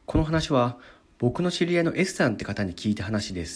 この話は僕の知り合いの S さんって方に聞いた話です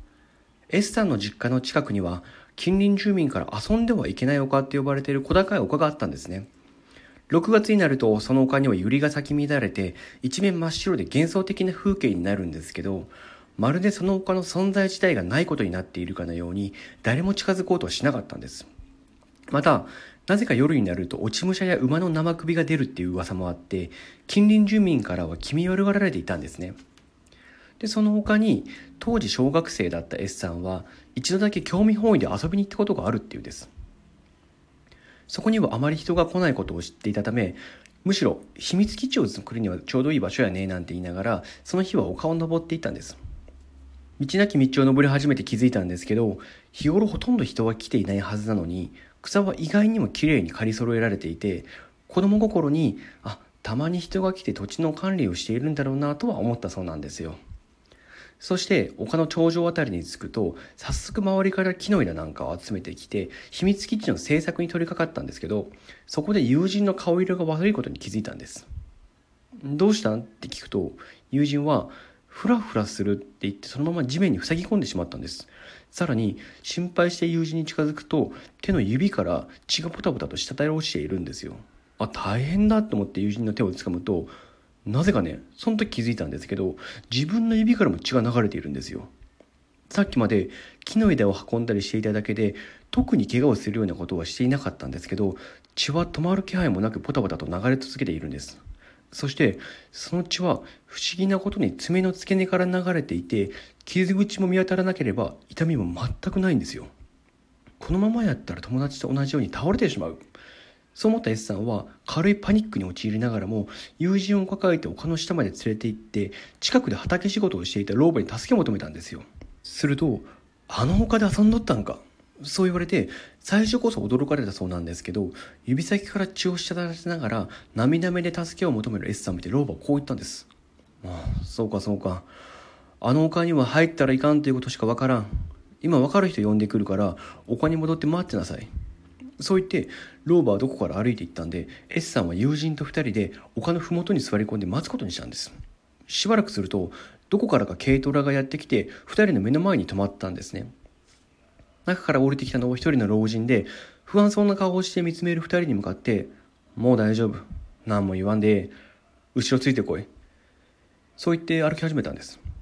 。S さんの実家の近くには近隣住民から遊んではいけない丘って呼ばれている小高い丘があったんですね。6月になるとその丘には百合が咲き乱れて一面真っ白で幻想的な風景になるんですけど、まるでその丘の存在自体がないことになっているかのように誰も近づこうとはしなかったんです。また、なぜか夜になると落ち武者や馬の生首が出るっていう噂もあって、近隣住民からは気味悪がられていたんですね。で、その他に、当時小学生だった S さんは、一度だけ興味本位で遊びに行ったことがあるっていうんです。そこにはあまり人が来ないことを知っていたため、むしろ秘密基地を作るにはちょうどいい場所やねなんて言いながら、その日は丘を登っていったんです。道なき道を登り始めて気づいたんですけど、日頃ほとんど人は来ていないはずなのに、草は意外にもきれいに刈り揃えられていて、子供心に、たまに人が来て土地の管理をしているんだろうなとは思ったそうなんですよ。そして丘の頂上あたりに着くと、早速周りから木の枝なんかを集めてきて、秘密基地の製作に取り掛かったんですけど、そこで友人の顔色が悪いことに気づいたんです。どうしたんって聞くと、友人はフラフラするって言ってそのまま地面に塞ぎ込んでしまったんです。さらに心配して友人に近づくと、手の指から血がポタポタと滴り落ちているんですよ。大変だと思って友人の手を掴むと、なぜかね、その時気づいたんですけど、自分の指からも血が流れているんですよ。さっきまで木の枝を運んだりしていただけで、特に怪我をするようなことはしていなかったんですけど、血は止まる気配もなくポタポタと流れ続けているんです。そしてその血は不思議なことに爪の付け根から流れていて、傷口も見当たらなければ痛みも全くないんですよ。このままやったら友達と同じように倒れてしまう。そう思った S さんは軽いパニックに陥りながらも、友人を抱えて丘の下まで連れて行って、近くで畑仕事をしていた老婆に助けを求めたんですよ。すると、あの丘で遊んどったんか、そう言われて、最初こそ驚かれたそうなんですけど、指先から血を滴らせながら涙目で助けを求める S さんを見て、老婆はこう言ったんです。そうかそうか、あの丘には入ったらいかんということしかわからん。今わかる人呼んでくるから丘に戻って待ってなさい。そう言って老婆はどこから歩いていったんで、 S さんは友人と二人で丘の麓に座り込んで待つことにしたんです。しばらくすると、どこからか軽トラがやってきて二人の目の前に止まったんですね。中から降りてきたのは一人の老人で、不安そうな顔をして見つめる二人に向かって、もう大丈夫、何も言わんで後ろついてこい、そう言って歩き始めたんです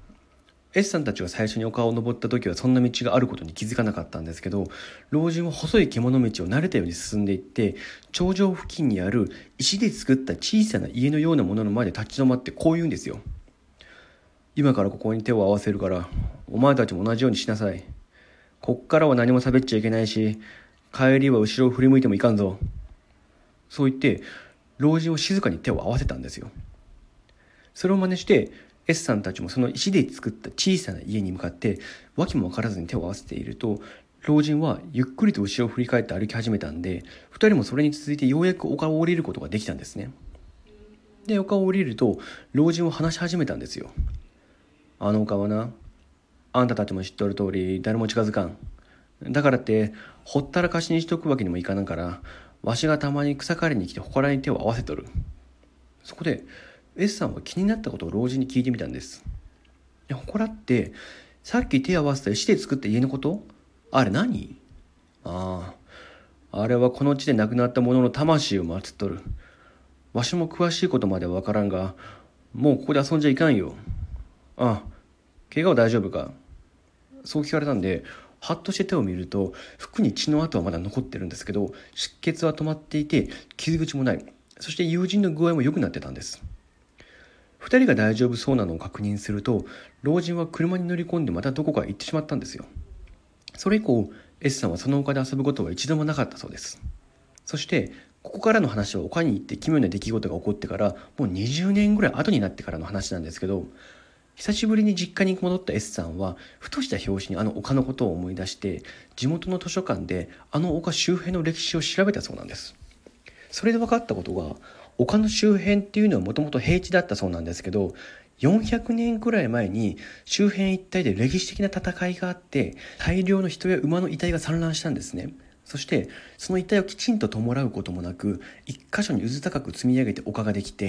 。S さんたちが最初に丘を登った時はそんな道があることに気づかなかったんですけど、老人は細い獣道を慣れたように進んでいって、頂上付近にある石で作った小さな家のようなものの前で立ち止まってこう言うんですよ。今からここに手を合わせるから、お前たちも同じようにしなさい。こっからは何も喋っちゃいけないし、帰りは後ろを振り向いてもいかんぞ。そう言って老人は静かに手を合わせたんですよ。それを真似して S さんたちもその石で作った小さな家に向かって訳も分からずに手を合わせていると、老人はゆっくりと後ろを振り返って歩き始めたんで、二人もそれに続いてようやく丘を降りることができたんですね。で、丘を降りると老人は話し始めたんですよ。あの丘はな、あんたたちも知っておる通り誰も近づかん。だからってほったらかしにしとくわけにもいかんから、わしがたまに草刈りに来て祠に手を合わせとる。そこで S さんは気になったことを老人に聞いてみたんです。祠ってさっき手を合わせた石で作った家のこと？あれ何？ああ、あれはこの地で亡くなった者の魂を祀っとる。わしも詳しいことまではわからんが、もうここで遊んじゃいかんよ。怪我は大丈夫か？そう聞かれたんで、はっとして手を見ると、服に血の跡はまだ残ってるんですけど、出血は止まっていて傷口もない。そして友人の具合も良くなってたんです。二人が大丈夫そうなのを確認すると、老人は車に乗り込んでまたどこかへ行ってしまったんですよ。それ以降 S さんはその丘で遊ぶことは一度もなかったそうです。そしてここからの話は丘に行って奇妙な出来事が起こってからもう20年ぐらい後になってからの話なんですけど、久しぶりに実家に戻った S さんはふとした拍子にあの丘のことを思い出して、地元の図書館であの丘周辺の歴史を調べたそうなんです。それで分かったことが、丘の周辺っていうのはもともと平地だったそうなんですけど、400年くらい前に周辺一帯で歴史的な戦いがあって、大量の人や馬の遺体が散乱したんですね。そしてその遺体をきちんと弔うこともなく、一箇所にうず高く積み上げて丘ができて、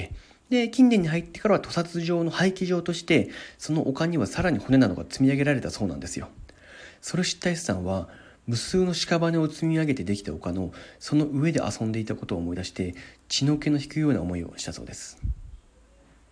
で、近年に入ってからは屠殺場の廃棄場として、その丘にはさらに骨などが積み上げられたそうなんですよ。それを知った S さんは、無数の屍を積み上げてできた丘のその上で遊んでいたことを思い出して、血の気の引くような思いをしたそうです。